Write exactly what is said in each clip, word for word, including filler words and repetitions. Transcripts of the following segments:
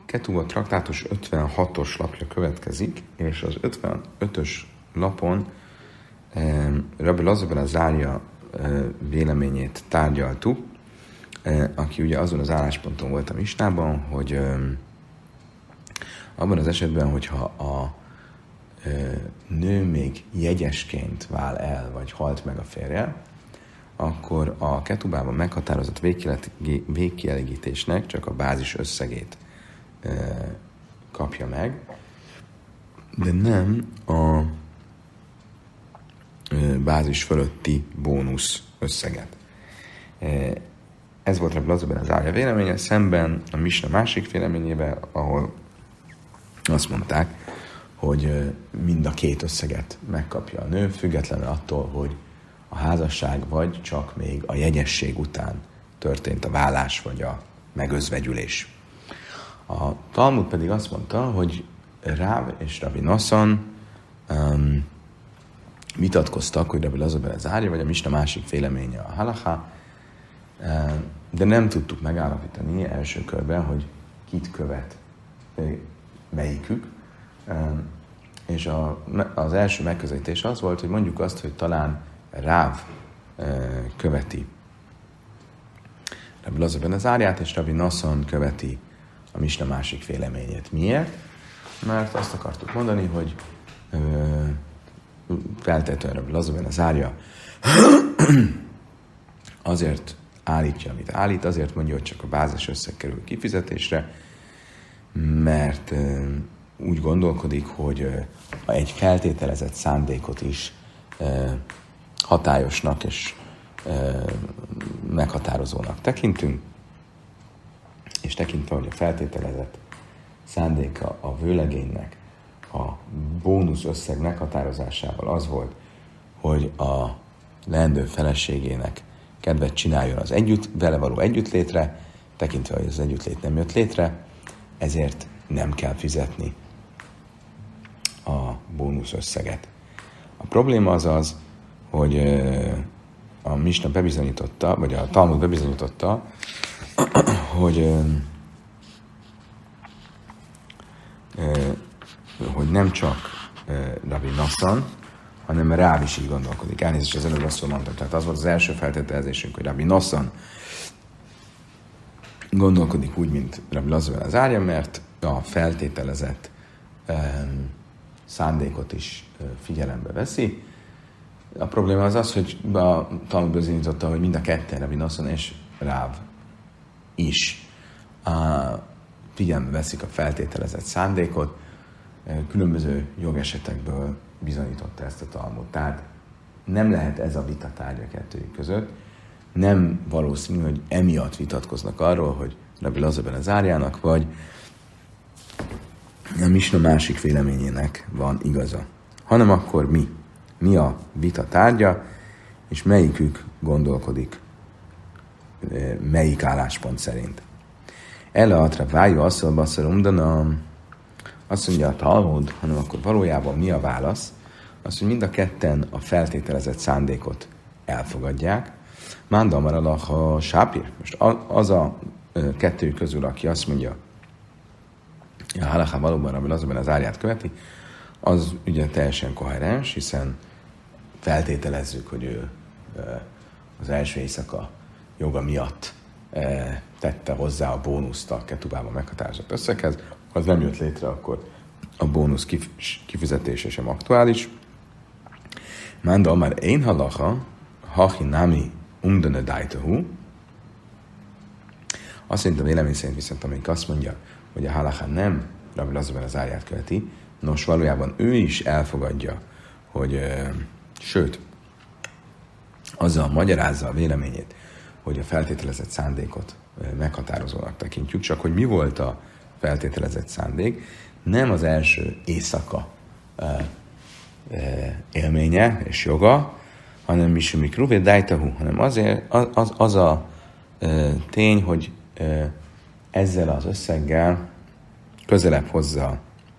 Ketubot traktátus ötvenhatos lapja következik, és az ötvenötös lapon eh, Rabbi Lazar ben Azárja eh, véleményét tárgyaltuk, eh, aki ugye azon az állásponton volt a misnában, hogy eh, abban az esetben, hogyha a eh, nő még jegyesként vál el, vagy halt meg a férje, akkor a ketubában meghatározott végkielégítésnek csak a bázis összegét e, kapja meg, de nem a e, bázis fölötti bónusz összeget. E, ez volt Rabbi Lazar ben Azárja véleménye, szemben a misna másik véleményével, ahol azt mondták, hogy e, mind a két összeget megkapja a nő, függetlenül attól, hogy a házasság vagy csak még a jegyesség után történt a vállás vagy a megözvegyülés. A Talmud pedig azt mondta, hogy Ráv és Rabbi Nosson um, vitatkoztak, hogy Rabbi Lazar ben Azárja, vagy a misna másik véleménye a halacha, um, de nem tudtuk megállapítani első körben, hogy kit követ melyikük. Um, és a, az első megközelítés az volt, hogy mondjuk azt, hogy talán Ráv követi Rabbi Lazar ben Azárját, és Rabbi Nosson követi a misna másik véleményét. Miért? Mert azt akartuk mondani, hogy feltétlenül Rabbi Lazar ben Azárja azért állítja, amit állít, azért mondja, hogy csak a bázis összeg kerül kifizetésre, mert úgy gondolkodik, hogy egy feltételezett szándékot is hatályosnak és e, meghatározónak tekintünk, és tekintve, hogy a feltételezett szándéka a vőlegénynek a bónusz összeg meghatározásával az volt, hogy a leendő feleségének kedvet csináljon az együtt, vele való együttlétre, tekintve, hogy az együttlét nem jött létre, ezért nem kell fizetni a bónusz összeget. A probléma az az, hogy a misna bebizonyította, vagy a Talmud bebizonyította, hogy, hogy nem csak Rabbi Nosson, hanem Ráv is így gondolkodik. Elnézést, az előbb rosszul mondtam. Tehát az volt az első feltételezésünk, hogy Rabbi Nosson gondolkodik úgy, mint Rabbi Lazar ben Azárja, mert a feltételezett szándékot is figyelembe veszi. A probléma az az, hogy a Talmud bizonyította, hogy mind a ketten, Rabbi Nosson és Ráv is figyelembe veszik a feltételezett szándékot. Különböző jogesetekből bizonyította ezt a Talmud. Tehát nem lehet ez a vita tárgya kettőjük között. Nem valószínű, hogy emiatt vitatkoznak arról, hogy Rabbi Lazar ben Azárjának, vagy a misna másik véleményének van igaza. Hanem akkor mi? Mi a vita tárgya, és melyikük gondolkodik, melyik álláspont szerint. Ele atra vájú asszal baszarum, de nem azt mondja a Talmud, hanem akkor valójában mi a válasz? Az, hogy mind a ketten a feltételezett szándékot elfogadják. Mánda maralach a sápír. Most az a kettő közül, aki azt mondja, a halacha valóban Rabbi Lazar ben Azárját követi, az ugye teljesen koherens, hiszen feltételezzük, hogy ő az első éjszaka joga miatt tette hozzá a bónuszt a ketubában meghatározott összeghez. Ha az nem jött létre, akkor a bónusz kifizetése sem aktuális. Mánda már én halacha, hachi nami umdane daitahu. Azt szerint a vélemény szerint viszont, amelyik azt mondja, hogy a halacha nem Rabbi Lazar ben Azárját követi, nos, valójában ő is elfogadja, hogy, ö, sőt, azzal magyarázza a véleményét, hogy a feltételezett szándékot ö, meghatározónak tekintjük, csak hogy mi volt a feltételezett szándék, nem az első éjszaka ö, ö, élménye és joga, hanem misumik ruvé daitahu, hanem azért, az, az, az a ö, tény, hogy ö, ezzel az összeggel közelebb hozza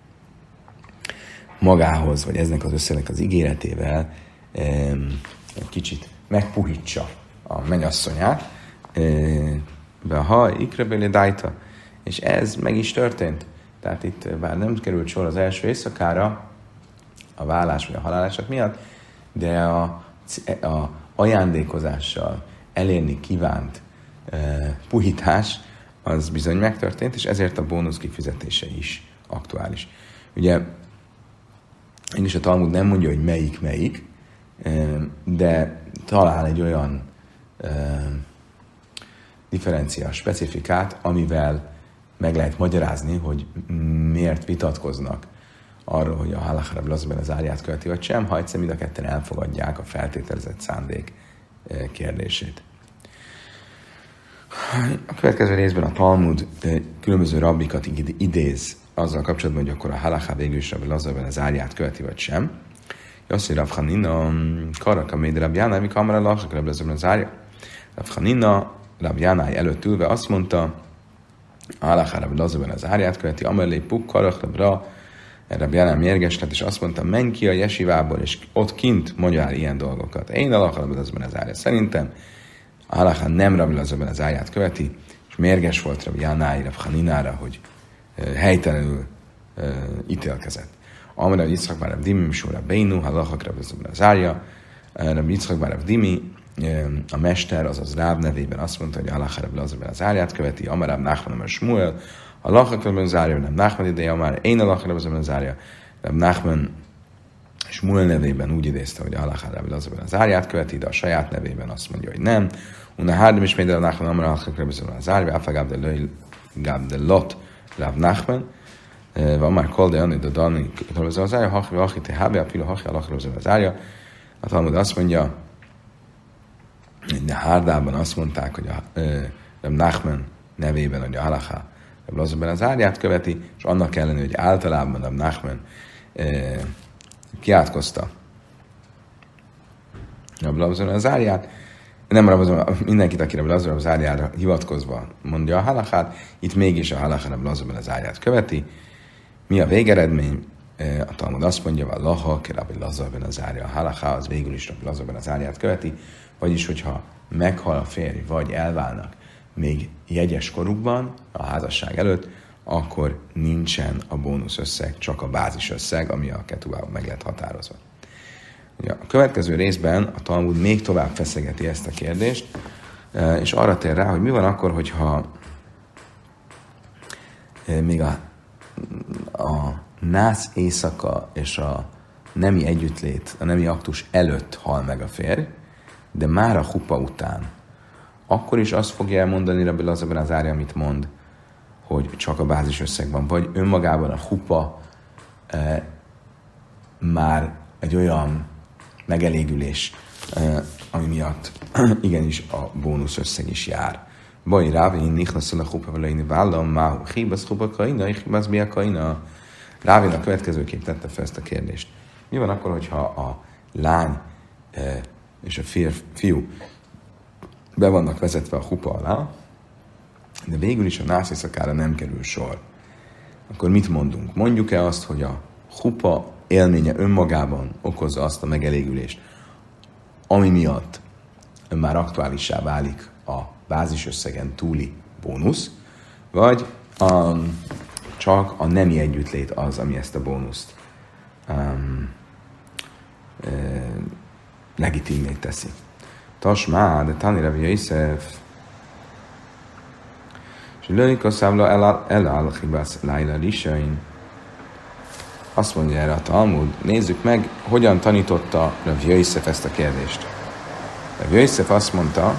magához, vagy eznek az összegnek az ígéretével egy kicsit megpuhítsa a mennyasszonyát, be ha ikrebeli dájta, És ez meg is történt. Tehát itt bár nem került sor az első éjszakára, a vállás vagy a halálások miatt, de a, a ajándékozással elérni kívánt e, puhítás, az bizony megtörtént, és ezért a bónusz kifizetése is aktuális. Ugye, én is a Talmud nem mondja, hogy melyik melyik, de talál egy olyan differencia specifikát, amivel meg lehet magyarázni, hogy miért vitatkoznak arról, hogy a halakha Rabbi Elazar ben Azariát követi, vagy sem, ha egyszer mind a ketten elfogadják a feltételezett szándék kérdését. A következő részben a Talmud különböző rabbikat idéz azzal kapcsolatban, hogy akkor a halakha végül is Rabbi Elazar ben Azariát követi, vagy sem. Yossi Rav Chanina Karaka Méd Rabbi Jánai, mi kamara laksak Rabbi Elazar ben Azariah. Rav Chanina Rabbi Jánai előtt ülve azt mondta, a halakha Rabbi Elazar ben Azariát követi, amerlé puk karak Rabra, Rabbi Jánai mérges lett, és azt mondta, menj ki a jesivából, és ott kint mondja el ilyen dolgokat. Én a halakha Rabbi Elazar ben Azariah. Szerintem a halakha nem Rabbi Elazar ben Azariát követi, és mérges volt Rabbi Jánai Rav Chaninára, hogy helytelenül uh, ítélkezett. Amara Yitzchak bar Rav Dimi, Misura Beinu, halachak Rabbi Elazar ben Azariah. Rabbi Yitzchak bar Rav Dimi, a mester, azaz Ráb nevében azt mondta, hogy a halakha Rabbi Elazar ben Azariát követi. Amara Nachman, Amar Shmuel, halachak Rabbi Azariah, nem Nachman ideje, Amar én a halakha Rabbi Elazar ben Azariah. Rabbi Nachman Shmuel nevében úgy idézte, hogy a halakha Rabbi Elazar ben Azariát követi, de a saját nevében azt mondja, hogy nem. Una hárdim is médel a Nachman, Amar halakak Rabbi Elazar ben Azariah, Afagab de Lot, Rav Nachman, Vamár Kolde Ani de Dani Rabbi Elazar ben Azariah, Hachi Hachi Tehabe, Apila Hachi halakha Rabbi Elazar ben Azariah. A Talmud azt mondja, de Hárdában azt mondták, hogy a Rav Nachman nevében, hogy a halakha Rabbi Elazar ben Azariát követi, és annak ellenére, hogy általában Rav Nachman e, kiátkozta Rabbi Elazar ben Azariát, nem Rabbi, mindenkit, aki Rabbi Elazar ben Azariára hivatkozva mondja a halakhát, itt mégis a halakha Rabbi Elazar ben Azariát követi. Mi a végeredmény? A Talmud azt mondja, hogy laha ke Rabbi Elazar ben Azariah, a halakha az végül is Rabbi Elazar ben Azariát követi, vagyis hogyha meghal a férj, vagy elválnak még jegyes korukban, a házasság előtt, akkor nincsen a bónusz összeg, csak a bázis összeg, ami a ketubában meg lett határozva. Ugye, a következő részben a Talmud még tovább feszegeti ezt a kérdést, és arra tér rá, hogy mi van akkor, hogyha még a, a nász éjszaka és a nemi együttlét, a nemi aktus előtt hal meg a férj, de már a hupa után. Akkor is azt fogja elmondani Rabbi Elazar ben Azariah, amit mond, hogy csak a bázis összeg van, vagy önmagában a hupa e, már egy olyan megelégülés, e, ami miatt igenis a bónusz összeg is jár. Baj, Rávin, Nichnaszol a hupa veleini vállam, máhu, hibasz hupa kaina, hibasz mi a kaina. Rávin a következőképp tette fel ezt a kérdést. Mi van akkor, hogyha a lány e, és a férf, fiú be vannak vezetve a hupa alá, de végül is a nász éjszakára nem kerül sor. Akkor mit mondunk? Mondjuk-e azt, hogy a hupa élménye önmagában okozza azt a megelégülést, ami miatt már aktuálissá válik a bázis összegen túli bónusz, vagy um, csak a nemi együttlét az, ami ezt a bónuszt um, e, legitimét teszi. Tasmá, de Tani Rabbi Yosef, és lőjük a számla eláll a hibász lájla lisain. Azt mondja erre a Talmud, nézzük meg, hogyan tanította Rabbi Yosef ezt a kérdést. Rabbi Yosef azt mondta,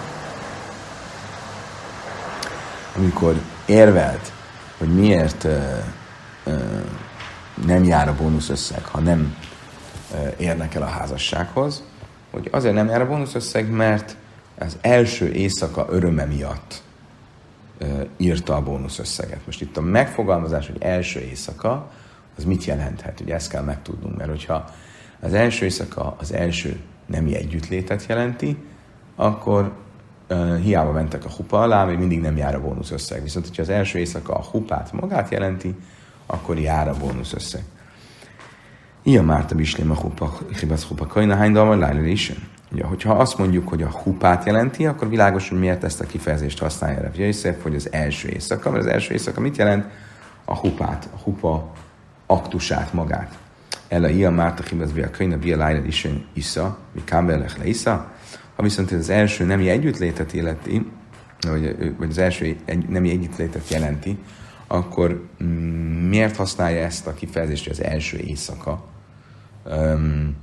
amikor érvelt, hogy miért uh, uh, nem jár a bónusz összeg, ha nem uh, érnek el a házassághoz, hogy azért nem jár a bónusz összeg, mert az első éjszaka öröme miatt uh, írta a bónusz összeget. Most itt a megfogalmazás, hogy első éjszaka, az mit jelenthet? Ugye ezt kell megtudnunk, mert hogyha az első éjszaka az első nemi együttlétet jelenti, akkor uh, hiába mentek a hupa alá, még mindig nem jár a bónusz összeg. Viszont, hogyha az első éjszaka a hupát magát jelenti, akkor jár a bónusz összeg. Ilyen Márta Bislém a hupa, hibasz hupa kajna, hány dalmar lájlel is. Ugye, hogyha azt mondjuk, hogy a hupát jelenti, akkor világos, hogy miért ezt a kifejezést használja Rav Yosef, hogy az első éjszaka, mert az első éjszaka mit jelent? A hupát, a hupa aktusát magát. El a ilyen márta hibazbi a könyv, a bia lájra is isza, mi kámbelech le isza. Ha viszont ez az első nemi együttlétet illeti, vagy, vagy az első egy, nemi együttlétet jelenti, akkor miért használja ezt a kifejezést, hogy az első éjszaka? Um,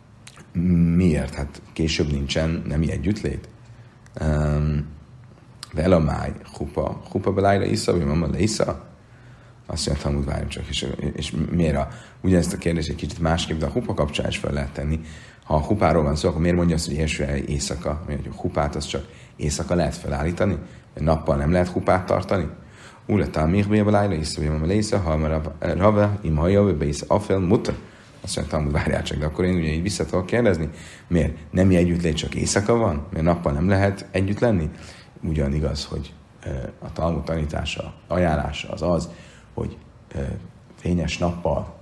miért? Hát később nincsen nemi együttlét. Um, Vela máj, hupa, hupa belájra isza, vagy mamma le isza? Azt mondja, Talmud, várjunk csak, és, és miért a, ugyanezt a kérdést egy kicsit másképp, de a hupa kapcsán is fel lehet tenni. Ha a hupáról van szó, akkor miért mondja azt, hogy első éjszaka? Mert a hupát az csak éjszaka lehet felállítani, nappal nem lehet hupát tartani. Úrletál még be a belájra isza, vagy mamma le isza, ha már rave, im hajja, be isza afel, muta. Azt mondja, Talmud, várjál csak, de akkor én ugye így vissza tudok kérdezni, miért nem együttlét, csak éjszaka van? Miért nappal nem lehet együtt lenni? Ugyan igaz, hogy a Talmud tanítása, ajánlása az az, hogy fényes nappal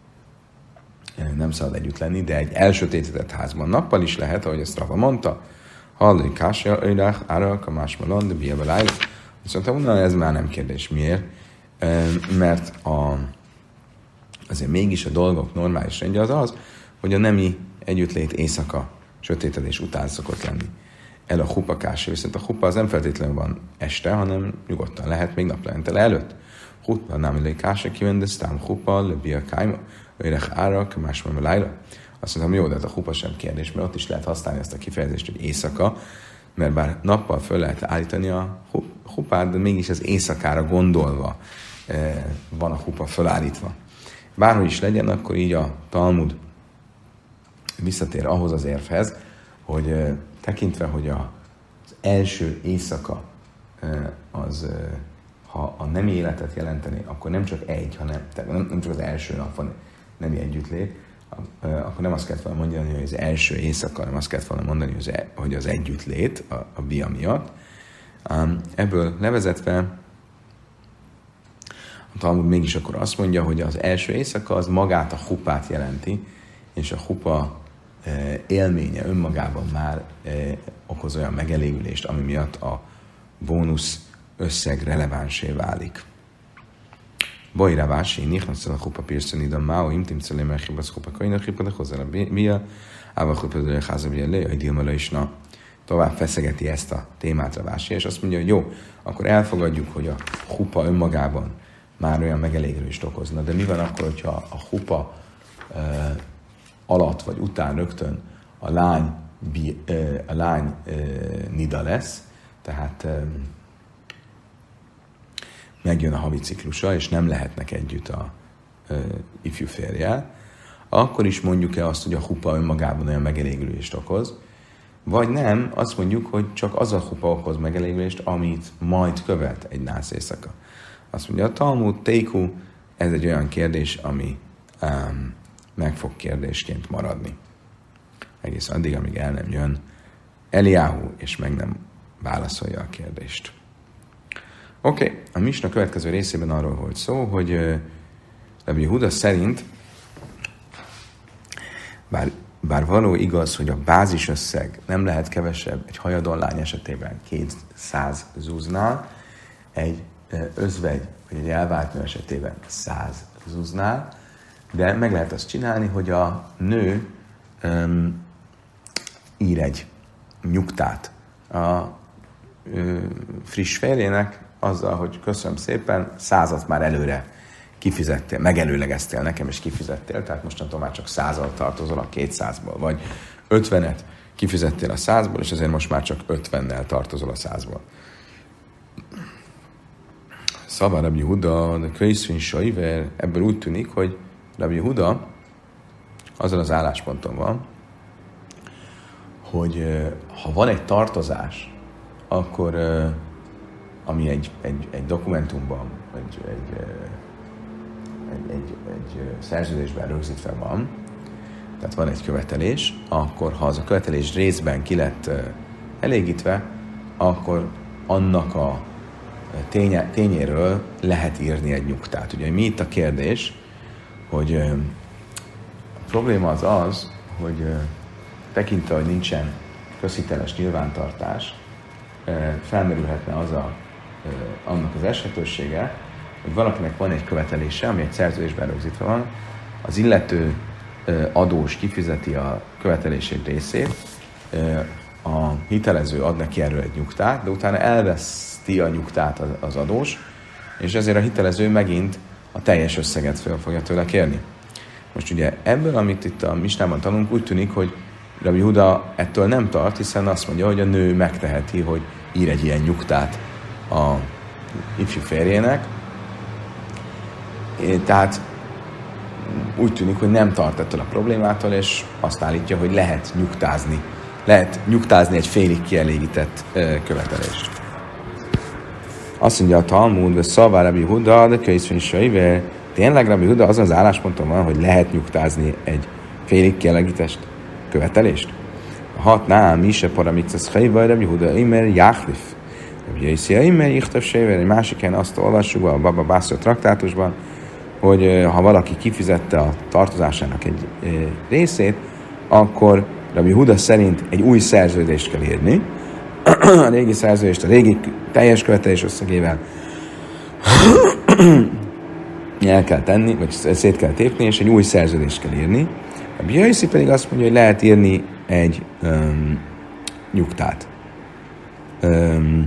nem szabad együtt lenni, de egy elsötétedett házban nappal is lehet, ahogy ezt Rava mondta, hallani kásja, öjrák, árak, a másmalon, de biebe lájt. Azt mondtam, na, ez már nem kérdés. Miért? Mert a, azért mégis a dolgok normális rendje az az, hogy a nemi együttlét éjszaka sötétedés után szokott lenni. El a hupa kásja, viszont a hupa az nem feltétlenül van este, hanem nyugodtan lehet még naplementel előtt. Hupa nem elég kásja kivendeztám, hupa, lebia kájma, öjrek árak, másmilyen lájla. Azt mondtam, jó, de hát a hupa sem kérdés, mert ott is lehet használni ezt a kifejezést, hogy éjszaka, mert bár nappal föl lehet állítani a hupát, de mégis az éjszakára gondolva eh, van a hupa fölállítva. Bárhogy is legyen, akkor így a Talmud visszatér ahhoz az érvhez, hogy eh, tekintve, hogy a, az első éjszaka eh, az, eh, ha a nemi életet jelenteni, akkor nem csak egy, hanem nem, nem csak az első nap van nemi együttlét, akkor nem azt kellett volna mondani, hogy az első éjszaka, hanem azt kellett volna mondani, hogy az együttlét a, a bia miatt. Ebből levezetve a Talmud mégis akkor azt mondja, hogy az első éjszaka az magát a hupát jelenti, és a hupa élménye önmagában már okoz olyan megelégülést, ami miatt a bónusz összeg relevánsé válik. Bajra vási, nihnacel a chupa pirszön ide a máó, imtim celé merchib az chupa kajna chipa, de hozzá a bia, ával chupa de háza bia le, a dilmala is na. Tovább feszegeti ezt a témát a vási, és azt mondja, hogy jó, akkor elfogadjuk, hogy a chupa önmagában már olyan megelégülést okozna, de mi van akkor, hogyha a chupa uh, alatt vagy után rögtön a lány, bi, uh, a lány uh, nida lesz, tehát um, megjön a havi ciklusa, és nem lehetnek együtt a ö, ifjú férjel, akkor is mondjuk-e azt, hogy a hupa önmagában olyan megelégülést okoz, vagy nem, azt mondjuk, hogy csak az a hupa okoz megelégülést, amit majd követ egy nász éjszaka. Azt mondja a Talmud, Teiku, ez egy olyan kérdés, ami um, meg fog kérdésként maradni. Egész addig, amíg el nem jön Eliáhu, és meg nem válaszolja a kérdést. Oké, okay. A misna következő részében arról volt szó, hogy uh, Rabbi Huda szerint, bár, bár való igaz, hogy a bázisösszeg nem lehet kevesebb egy hajadonlány esetében kétszáz zuznál, egy uh, özvegy vagy egy elvált nő esetében száz zuznál, de meg lehet azt csinálni, hogy a nő um, ír egy nyugtát a uh, friss férjének, azzal, hogy köszönöm szépen, százat már előre kifizettél, megelőlegeztél nekem, és kifizettél, tehát mostantól már csak százal tartozol a kétszázból, vagy ötvenet kifizettél a százból, és ezért most már csak ötvennel tartozol a százból. Szabá Rabbi Huda, de könyvszín sajver, ebből úgy tűnik, hogy Rabbi Huda azon az állásponton van, hogy ha van egy tartozás, akkor ami egy, egy, egy dokumentumban, egy, egy, egy, egy, egy szerződésben rögzítve van, tehát van egy követelés, akkor ha az a követelés részben ki lett elégítve, akkor annak a ténye, tényéről lehet írni egy nyugtát. Ugye mi itt a kérdés, hogy a probléma az az, hogy tekintve, hogy nincsen közhiteles nyilvántartás, felmerülhetne az a, annak az esetősége, hogy valakinek van egy követelése, ami egy szerződésben rögzítve van, az illető adós kifizeti a követelését részét, a hitelező ad neki erről egy nyugtát, de utána elveszti a nyugtát az adós, és ezért a hitelező megint a teljes összeget fel fogja tőle kérni. Most ugye ebből, amit itt a Misnában tanulunk, úgy tűnik, hogy Rabbi Huda ettől nem tart, hiszen azt mondja, hogy a nő megteheti, hogy ír egy ilyen nyugtát a ifjú férjének. Tehát úgy tűnik, hogy nem tart ettől a problémától, és azt állítja, hogy lehet nyugtázni. Lehet nyugtázni egy félig kielégített követelést. Azt mondja a Talmud, hogy szavá Rabbi Huda, de könyvszön is sajvér. Tényleg Rabbi Huda azon az állásponton van, hogy lehet nyugtázni egy félig kielégített követelést? Hat nálam mi se paramicesz fejvaj, Rabbi Huda imer jáchlif. Rabbi Jöjszia imer jichtav sajvér. Egy másik helyen azt olvassuk a Baba Bászor traktátusban, hogy ha valaki kifizette a tartozásának egy részét, akkor Rabbi Huda szerint egy új szerződést kell írni. A régi szerződést a régi teljes követelés összegével el kell tenni, vagy szét kell tépni, és egy új szerződést kell írni. A Bjöjszi pedig azt mondja, hogy lehet írni egy um, nyugtát. Um,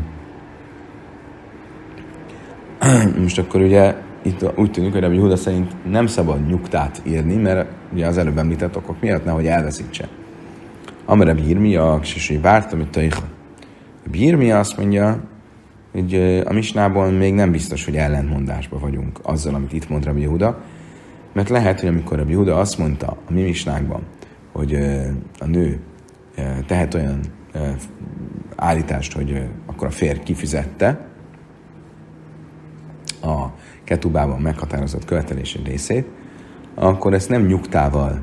most akkor ugye itt úgy tűnik, hogy Rabbi Huda szerint nem szabad nyugtát írni, mert ugye az előbb említett okok miatt nehogy elveszítse. Amire Bírmi a Ksisai várt, amit Taicha. A Bírmi azt mondja, hogy a Misnában még nem biztos, hogy ellentmondásban vagyunk azzal, amit itt mond Rabbi Huda, mert lehet, hogy amikor Rabbi Huda azt mondta a mi Misnákban, hogy a nő tehet olyan állítást, hogy akkor a férj kifizette a ketubában meghatározott követelési részét, akkor ezt nem nyugtával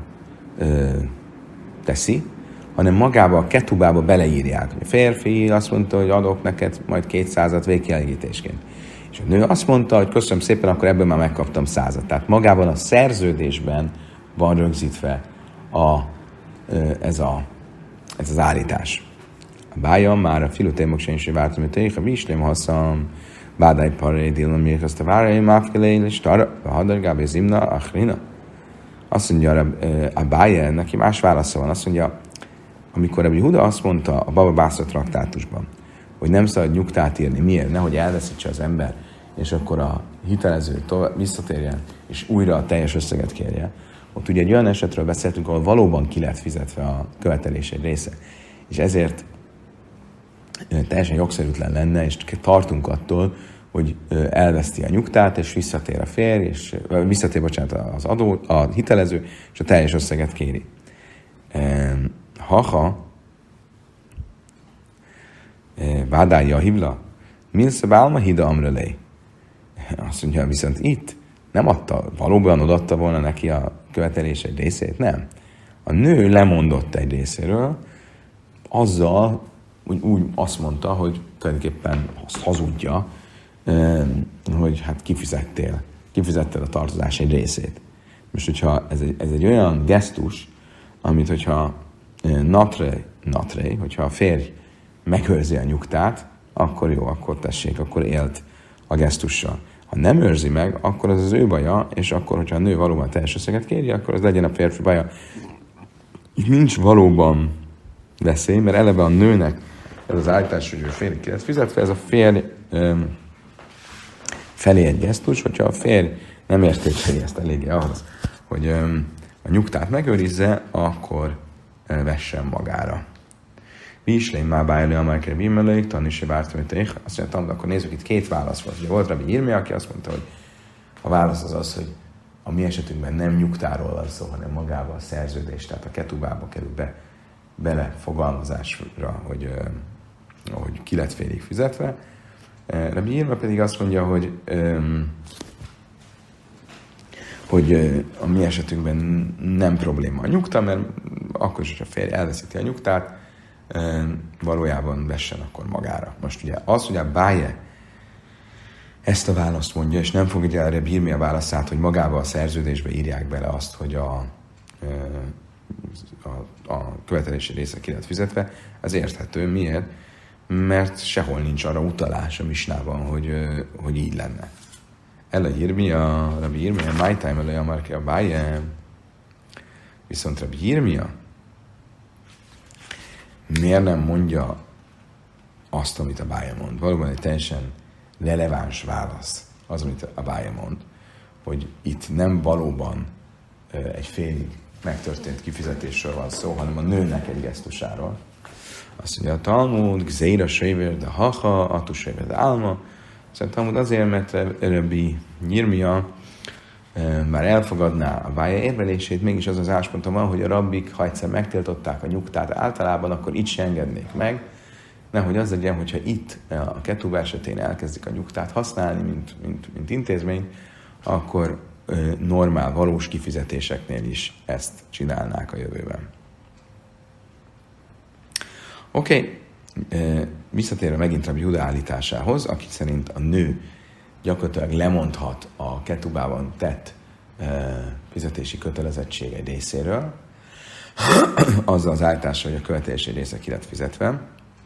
teszi, hanem magába a ketubába beleírják. A férfi azt mondta, hogy adok neked majd kétszázat végkielégítésként. És a nő azt mondta, hogy köszönöm szépen, akkor ebből már megkaptam százat. Tehát magában a szerződésben van rögzítve a, ez, a, ez az állítás. A bájam már a filutémok sen is vártam, hogy tényleg a bislém haszam, bádáj paré, dílom, miért azt a várai, máfkelé, és tarra, a hadargába, zimna, achrina. Azt mondja a bája, neki más válasza van. Azt mondja, amikor Rabbi Huda azt mondta a Baba Bászor traktátusban, hogy nem szabad nyugtát írni, miért? Nehogy elveszítse az ember, és akkor a hitelező tovább, visszatérjen, és újra a teljes összeget kérje. Ott ugye egy olyan esetről beszéltünk, ahol valóban ki lett fizetve a követelés egy része. És ezért teljesen jogszerűtlen lenne, és tartunk attól, hogy elveszti a nyugtát, és visszatér a férj, és visszatér, bocsánat, az adó, a hitelező, és a teljes összeget kéri. Haha, vádálja a hibla, milsze bálma hida amrelé. Azt mondja, viszont itt nem adta, valóban odaadta volna neki a követelés egy részét, nem. A nő lemondott egy részéről, azzal, úgy, úgy azt mondta, hogy tulajdonképpen azt hazudja, hogy hát kifizettél, kifizetted a tartozás egy részét. Most, hogyha ez egy, ez egy olyan gesztus, amit, hogyha natre, natre, hogyha a férj megőrzi a nyugtát, akkor jó, akkor tessék, akkor élt a gesztussal. Ha nem őrzi meg, akkor az az ő baja, és akkor, hogyha a nő valóban teljes összeget kéri, akkor az legyen a férfi baja. Így nincs valóban veszély, mert eleve a nőnek ez az állítás, hogy ő félig ki lett fizetve, ez a férj um, felé egy gesztus, hogyha a férj nem értékeli ezt eléggé ahhoz, hogy um, a nyugtát megőrizze, akkor uh, vessen magára. Mi is lény már bájlő, amelyekre bímelőik, tanni se vártam, hogy te azt mondtam, akkor nézzük, itt két válasz volt. Ugye volt Rabbi Irmi, aki azt mondta, hogy a válasz az az, hogy a mi esetünkben nem nyugtáról van szó, hanem magával a szerződés, tehát a ketubába kerül be, bele fogalmazásra, hogy, uh, hogy ki lett félig fizetve. Uh, Rabbi Irmi pedig azt mondja, hogy um, hogy uh, a mi esetünkben nem probléma a nyugta, mert akkor is, hogyha a férj elveszíti a nyugtát, valójában vessen akkor magára. Most ugye az, hogy a Báje ezt a választ mondja, és nem fogja erre bírni a válaszát, hogy magába a szerződésbe írják bele azt, hogy a e, a, a követelési része ki lett fizetve, ez érthető. Miért? Mert sehol nincs arra utalás a misnában, hogy, hogy így lenne. El a Jirmia, Rabbi Jirmia, my time elő a marki a báje. Viszont Rabbi Jirmia miért nem mondja azt, amit a báje mond? Valóban egy teljesen releváns válasz az, amit a báje mond, hogy itt nem valóban egy félig megtörtént kifizetésről van szó, hanem a nőnek egy gesztusáról. Azt mondja a Talmud, Gzeira Sévér de Haha, Atu Sévér de Álma. Szóval Talmud azért, mert Rabbi Jirmia már elfogadná a bája érvelését, mégis az az állásponta van, hogy a rabbik, ha egyszer megtiltották a nyugtát általában, akkor itt se engednék meg. Nehogy az legyen, hogyha itt a ketúba esetén elkezdik a nyugtát használni, mint, mint, mint intézmény, akkor normál, valós kifizetéseknél is ezt csinálnák a jövőben. Oké, okay. Visszatérve megint Rabbi Huda állításához, aki szerint a nő gyakorlatilag lemondhat a ketubában tett fizetési kötelezettség egy részéről, azzal az állítással, hogy a követelési része ki lett fizetve.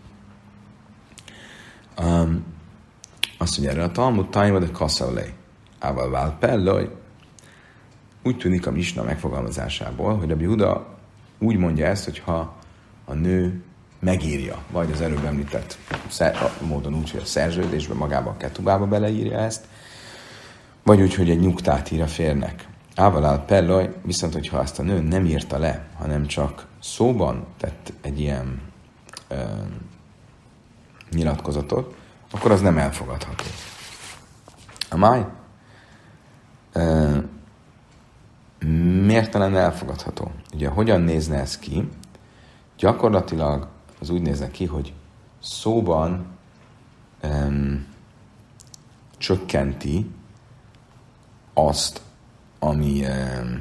Um, azt mondja, erre a Talmud tájma de kaszaulej. Ával vál pellaj. Úgy tűnik a misna megfogalmazásából, hogy Rabbi Huda úgy mondja ezt, hogyha a nő megírja, vagy az előbb említett módon úgy, hogy a szerződésbe, magába a ketubába beleírja ezt, vagy úgy, hogy egy nyugtát ír a férnek. Ával áll pellaj, viszont hogyha azt a nő nem írta le, hanem csak szóban tett egy ilyen ö, nyilatkozatot, akkor az nem elfogadható. A máj ö, miért lenne elfogadható? Ugye hogyan nézne ez ki? Gyakorlatilag az úgy nézne ki, hogy szóban um, csökkenti azt, ami um,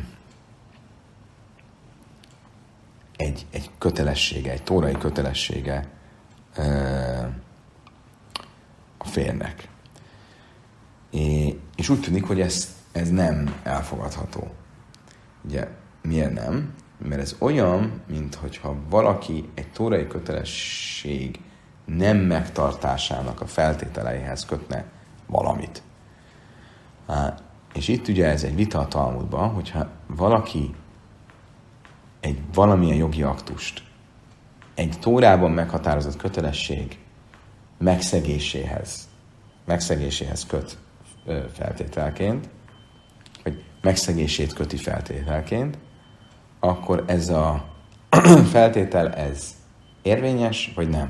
egy, egy kötelessége, egy tórai kötelessége uh, a férnek. É, és úgy tűnik, hogy ez, ez nem elfogadható. Ugye, miért nem? Mert ez olyan, mintha valaki egy tórai kötelesség nem megtartásának a feltételeihez kötne valamit. És itt ugye ez egy vita a Talmudban, hogyha valaki egy valamilyen jogi aktust egy tórában meghatározott kötelesség megszegéséhez, megszegéséhez köt feltételként, vagy megszegését köti feltételként, akkor ez a feltétel, ez érvényes, vagy nem?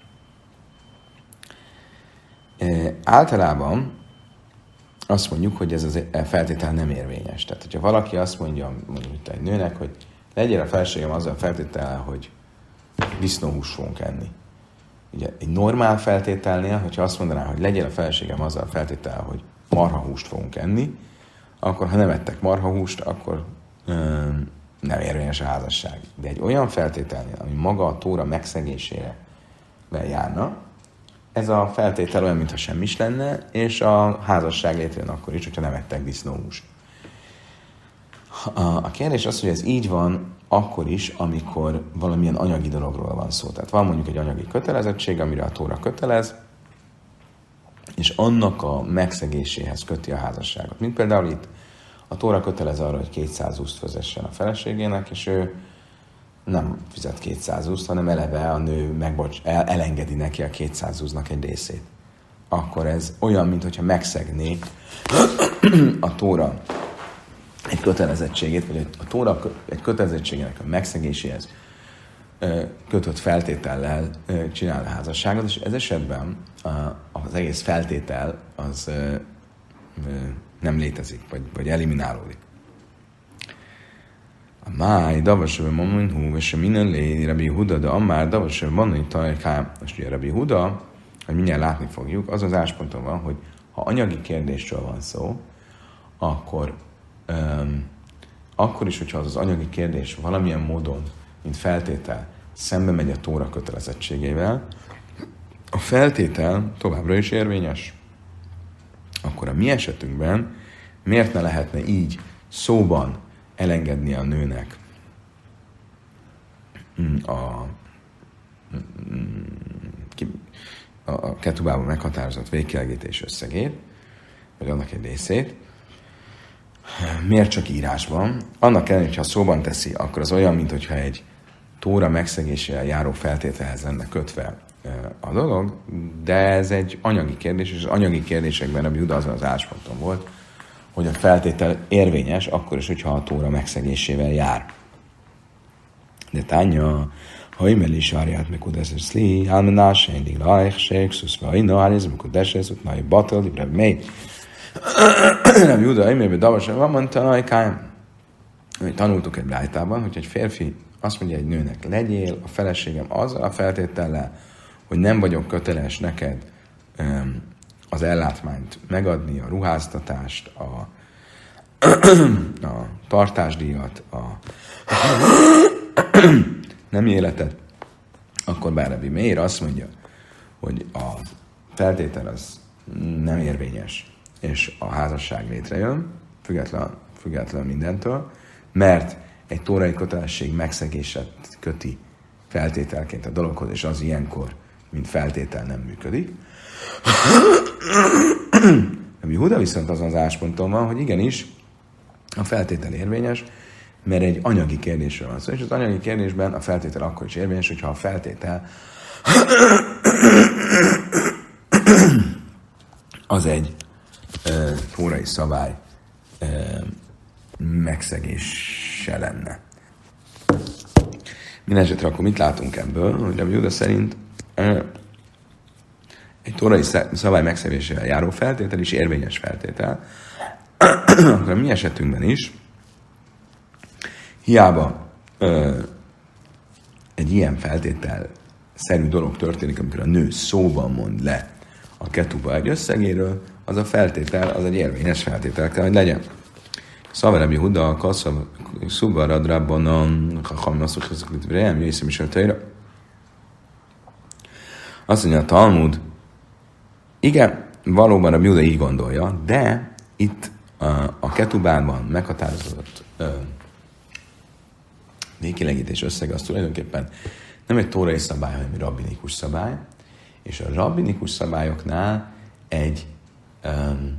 E, általában azt mondjuk, hogy ez a feltétel nem érvényes. Tehát, hogyha valaki azt mondja, mondjuk egy nőnek, hogy legyél a feleségem azzal a feltétellel, hogy disznóhúst fogunk enni. Ugye egy normál feltételnél, hogyha azt mondaná, hogy legyél a feleségem azzal a feltétellel, hogy marhahúst fogunk enni, akkor ha nem ettek marhahúst, akkor um, nem érvényes a házasság. De egy olyan feltételnél, ami maga a tóra megszegésére járna, ez a feltétel olyan, mintha semmi is lenne, és a házasság létrejön akkor is, hogyha nem ettek disznóhúst. A, a kérdés az, hogy ez így van akkor is, amikor valamilyen anyagi dologról van szó. Tehát van mondjuk egy anyagi kötelezettség, amire a tóra kötelez, és annak a megszegéséhez köti a házasságot. Mint például itt a tóra kötelez arra, hogy kétszáz uszt fizessen a feleségének, és ő nem fizet kétszáz uszt, hanem eleve a nő megbocs, el, elengedi neki a kétszáz usznak egy részét. Akkor ez olyan, mintha megszegné a tóra egy kötelezettségét, vagy a tóra egy kötelezettségének a megszegéséhez kötött feltétellel csinál a házasságot, és ez esetben az egész feltétel az nem létezik, vagy, vagy eliminálódik. A máj, davasöve mamin hú, és a minden lé, Rabbi Huda, de amár davasöve mamin tajká, most ugye Rabbi Huda, hogy mindjárt látni fogjuk, az az állásponton van, hogy ha anyagi kérdésről van szó, akkor um, akkor is, hogyha az az anyagi kérdés valamilyen módon, mint feltétel, szembe megy a tóra kötelezettségével, a feltétel továbbra is érvényes. Akkor a mi esetünkben miért ne lehetne így szóban elengedni a nőnek a, a ketubában meghatározott végkielégítés összegét, vagy annak egy részét. Miért csak írásban? Annak ellenére, hogyha szóban teszi, akkor az olyan, mintha egy tóra megszegésével járó feltételhez lenne kötve a dolog, de ez egy anyagi kérdés, és az anyagi kérdésekben a Júda azon az állásponton volt, hogy a feltétel érvényes, akkor is, hogyha a tóra megszegésével jár. De tánya, ha imeli sárját mekudeses szli, álmenás, endig lajh, sejkszúsz, vagy no, hálnézem, mekudeses, utnai batal, libre mély. Nem Júda, imélbe davasra van, mondta, najkájm. Tanultuk egy brájtában, hogy egy férfi azt mondja egy nőnek, legyél a feleségem azzal a feltétellel, hogy nem vagyok köteles neked um, az ellátmányt megadni, a ruháztatást, a, a tartásdíjat, a nem életet, akkor bár Rabbi Meir azt mondja, hogy a feltétel az nem érvényes, és a házasság létrejön, független, független mindentől, mert egy tórai kötelesség megszegéset köti feltételként a dologhoz, és az ilyenkor, mint feltétel nem működik. A Júda viszont azon az állásponton van, hogy igenis a feltétel érvényes, mert egy anyagi kérdésről van szó, és az anyagi kérdésben a feltétel akkor is érvényes, hogyha a feltétel az egy e, tórai szabály e, megszegése lenne. Mindenesetre akkor mit látunk ebből? Hogy a Júda szerint e, egy tórai szabály megszegésével járó feltétel is érvényes feltétel. Akkor a mi esetünkben is hiába ö, egy ilyen feltétel szerű dolog történik, amikor a nő szóban mond le a ketuba egy összegéről, az a feltétel, az egy érvényes feltétel kell, hogy legyen. Szóval Rabbi Huda, Kasszav, Szubarad, Rabbanon, Chacham, Naszuk, Chazaklit, Vrejem, Jöjszem is Öltöjre. Azt mondja a Talmud, igen, valóban Rabbi Huda így gondolja, de itt a, a ketubában meghatározott ö, végkielégítés összege az tulajdonképpen nem egy tórai szabály, hanem egy rabbinikus szabály, és a rabbinikus szabályoknál egy um,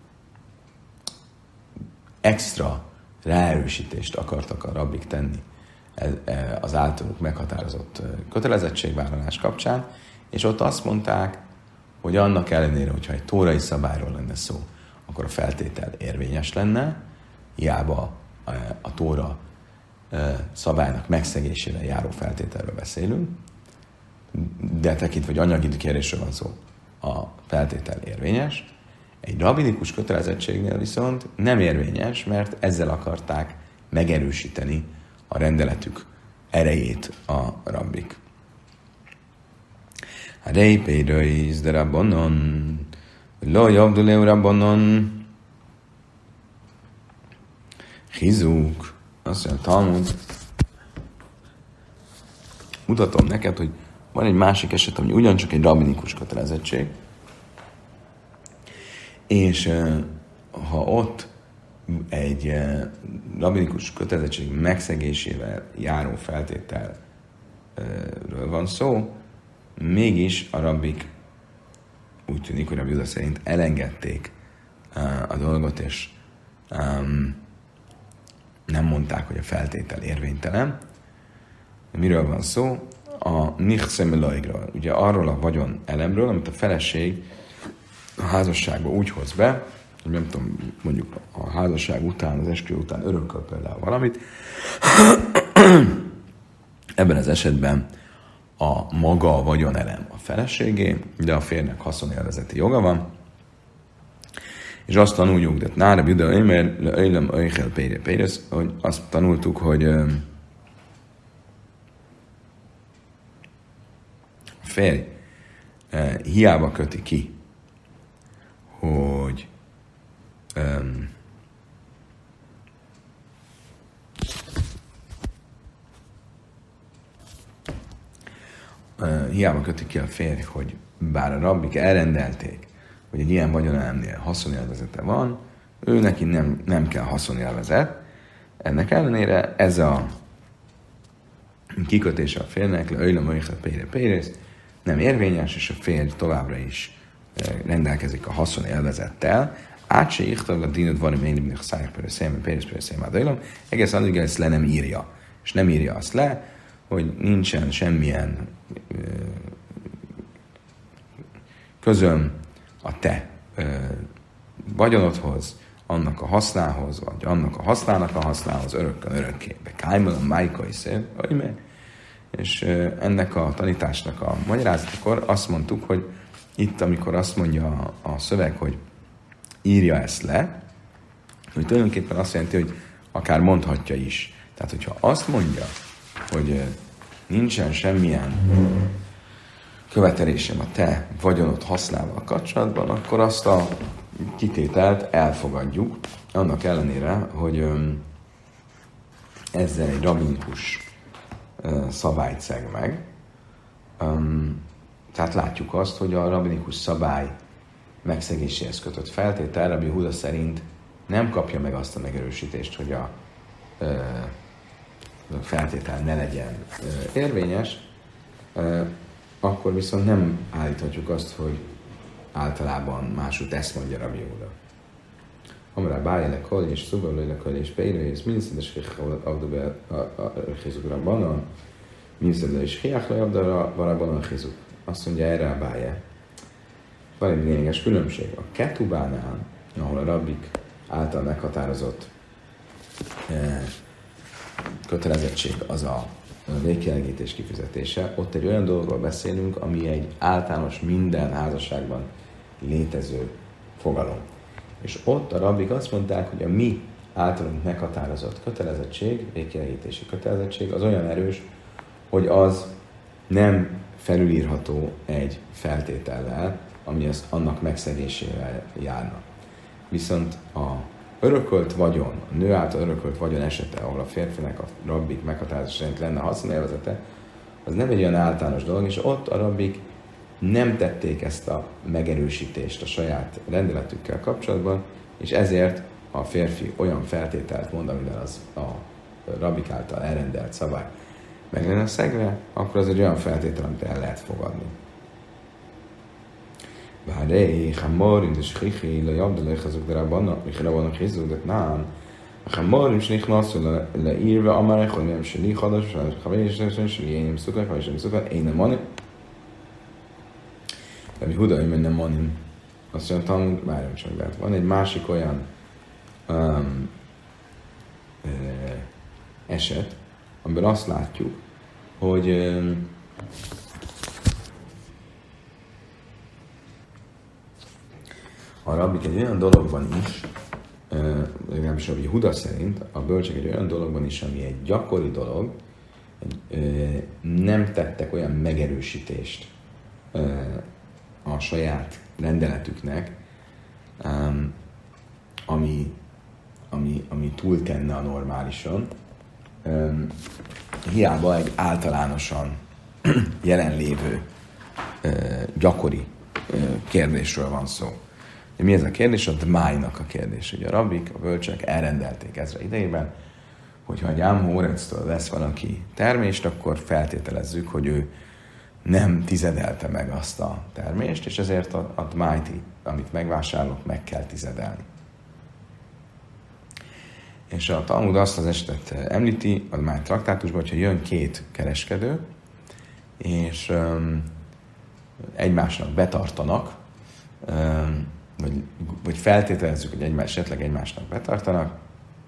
extra ráerősítést akartak a rabbik tenni az általuk meghatározott kötelezettségvállalás kapcsán, és ott azt mondták, hogy annak ellenére, hogyha egy tórai szabályról lenne szó, akkor a feltétel érvényes lenne, hiába a, a tóra szabálynak megszegésével járó feltételről beszélünk, de tekintve, hogy anyagi kérdésről van szó, a feltétel érvényes. Egy rabbinikus kötelezettségnél viszont nem érvényes, mert ezzel akarták megerősíteni a rendeletük erejét a rabbik. A rejpéről de rabbanon, lo javduleu rabbanon, hizuk. Azt mondja, Talmud, mutatom neked, hogy van egy másik eset, ami ugyancsak egy rabbinikus kötelezettség, és ha ott egy rabbinikus kötelezettség megszegésével járó feltételről van szó, mégis a rabbik úgy tűnik, hogy a Júda szerint elengedték a dolgot, és um, nem mondták, hogy a feltétel érvénytelen. Miről van szó? A nichszemelajgról, ugye arról a vagyon elemről, amit a feleség a házasságba úgy hoz be, hogy nem tudom, mondjuk a házasság után, az esküvő után örököl például valamit. Ebben az esetben a maga a vagyonelem a feleségé, de a férnek haszonélvezeti joga van, és azt tanuljuk, de nára bjuda ömer, le öjlem öjjel pére pérez, hogy azt tanultuk, hogy a férj hiába köti ki, hogy um, uh, hiába köti ki a férj, hogy bár a rabbik elrendelték, hogy egy ilyen vagyonelemnél haszonélvezete van, ő neki nem, nem kell haszonélvezet. Ennek ellenére ez a kikötése a férnek, le öjlöm öjjhet pére pérész, nem érvényes, és a férj továbbra is rendelkezik a haszon élvezettel, át se írtam a dinod van, hogy én szájak például szépen, pérész, pérész, szépen, egész addig ezt le nem írja. És nem írja azt le, hogy nincsen semmilyen ö, közöm a te ö, vagyonodhoz, annak a hasznához, vagy annak a hasznának a hasznához, örökkön örökké. De kájmolom, májkai szél, és ö, ennek a tanításnak a magyarázatkor azt mondtuk, hogy itt, amikor azt mondja a, a szöveg, hogy írja ezt le, hogy tulajdonképpen azt jelenti, hogy akár mondhatja is. Tehát, hogyha azt mondja, hogy nincsen semmilyen követelésem a te vagyonod használval kapcsolatban, akkor azt a kitételt elfogadjuk, annak ellenére, hogy ezzel egy rabinikus szabályt szeg meg. Tehát látjuk azt, hogy a rabinikus szabály megszegéséhez kötött feltétel, Rabbi Huda szerint nem kapja meg azt a megerősítést, hogy a a feltétel ne legyen érvényes, akkor viszont nem állíthatjuk azt, hogy általában másút ezt mondja Rabbi Huda. Amara bájjelek hol és szugalőlek hol és pejre és minszedés avdóbe a rézuk rabbanon, minszedés hiák lejabda rabbanon rézuk. Azt mondja erre a bájje. Van egy lényeges különbség. A ketubánál, ahol a rabbik által meghatározott kötelezettség az a végkielégítés kifizetése, ott egy olyan dologról beszélünk, ami egy általános minden házasságban létező fogalom. És ott a rabbik azt mondták, hogy a mi általunk meghatározott kötelezettség, végkielégítési kötelezettség az olyan erős, hogy az nem felülírható egy feltétellel, ami az annak megszegésével járna. Viszont a örökölt vagyon, a nő által örökölt vagyon esete, ahol a férfinek a rabbik meghatározás szerint lenne haszonélvezete, az nem egy olyan általános dolog, és ott a rabbik nem tették ezt a megerősítést a saját rendeletükkel kapcsolatban, és ezért a férfi olyan feltételt mond, amivel az a rabbik által elrendelt szabály meg lenne szegve, akkor az egy olyan feltétel, amit el lehet fogadni. והרי חמורים דשכיחי לא יעבדו לחזוק דרבנן, מחרבנן חיזוק דתנן, החמורים שנכנסו לעיר ואמר יכולים הם שלי חדש, חברים שלי אין מסוכן, חברים שלי מסוכן, אין נמונים. Rabbi Huda, hogy nem monim. Azt mondja, tanul, várjam csak, lehet. Van egy másik olyan um, uh, eset, amiben azt látjuk, hogy um, a rabbik egy olyan dologban is, legalábbis Rabbi Huda szerint, a bölcsek egy olyan dologban is, ami egy gyakori dolog, nem tettek olyan megerősítést a saját rendeletüknek, ami, ami, ami túltenne a normálison. Hiába egy általánosan jelenlévő gyakori kérdésről van szó. De mi ez a kérdés? A dmájnak a kérdés. Ugye a rabbik, a bölcsek elrendelték ezre idejében, hogyha egy ámhórectől lesz valaki termést, akkor feltételezzük, hogy ő nem tizedelte meg azt a termést, és ezért a, a dmájt, amit megvásárolok, meg kell tizedelni. És a Talmud azt az esetet említi, a dmájt traktátusban, hogyha jön két kereskedő, és um, egymásnak betartanak, um, vagy, vagy feltételezzük, hogy egymás, esetleg egymásnak betartanak,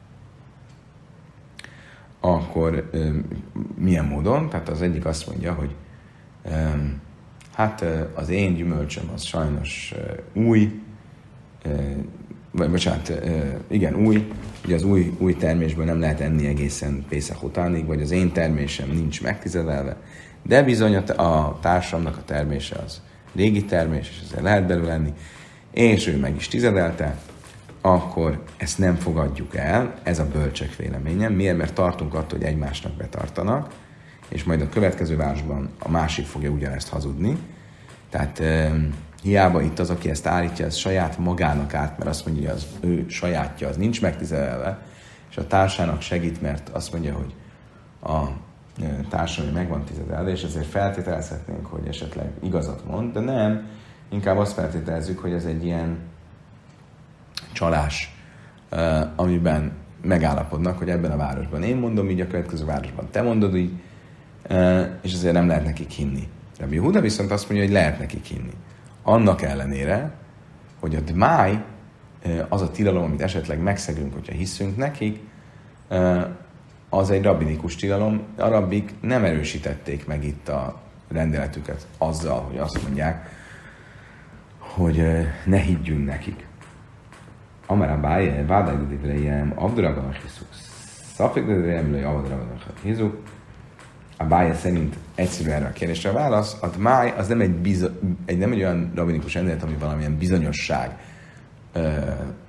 akkor um, milyen módon? Tehát az egyik azt mondja, hogy um, hát az én gyümölcsöm az sajnos uh, új, uh, vagy bocsánat, uh, igen, új, ugye az új, új termésből nem lehet enni egészen Pészach utánig, vagy az én termésem nincs megtizedelve, de bizony a, a társamnak a termése az régi termés, és ezzel lehet belőle enni, és ő meg is tizedelte, akkor ezt nem fogadjuk el, ez a bölcsek véleménye. Miért? Mert tartunk attól, hogy egymásnak betartanak, és majd a következő városban a másik fogja ugyanezt hazudni. Tehát e, hiába itt az, aki ezt állítja, ez saját magának árt, mert azt mondja, hogy az ő sajátja, az nincs megtizedelve, és a társának segít, mert azt mondja, hogy a társadalmi meg van tizedelve, és ezért feltételezhetnénk, hogy esetleg igazat mond, de nem, inkább azt feltételezzük, hogy ez egy ilyen csalás, amiben megállapodnak, hogy ebben a városban én mondom így, a következő városban te mondod így, és ezért nem lehet nekik hinni. Rabbi Yehuda viszont azt mondja, hogy lehet nekik hinni. Annak ellenére, hogy a dmáj, az a tilalom, amit esetleg megszegünk, hogyha hiszünk nekik, az egy rabbinikus tilalom. A rabbik nem erősítették meg itt a rendeletüket azzal, hogy azt mondják, hogy ne higgyünk nekik. Amara báje, vádajgudivrejem, avduragan hiszuk. Szafigudivrejem, lőj avduragan hiszuk. A báje szerint egyszerű erre a kérdésre a válasz. A dmáj az nem egy, bizo- egy, nem egy olyan rabbinikus rendelet, ami valamilyen bizonyosság ö,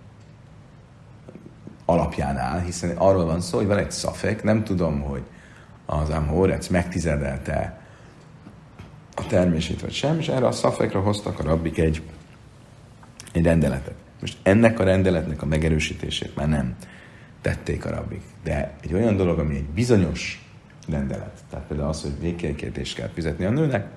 alapján áll, hiszen arról van szó, hogy van egy szafek, nem tudom, hogy az Amhorec megtizedelte a termését vagy sem, és erre a szafekra hoztak a rabbik egy, egy rendeletet. Most ennek a rendeletnek a megerősítését már nem tették a rabbik, de egy olyan dolog, ami egy bizonyos rendelet, tehát például az, hogy végkérítést kell fizetni a nőnek,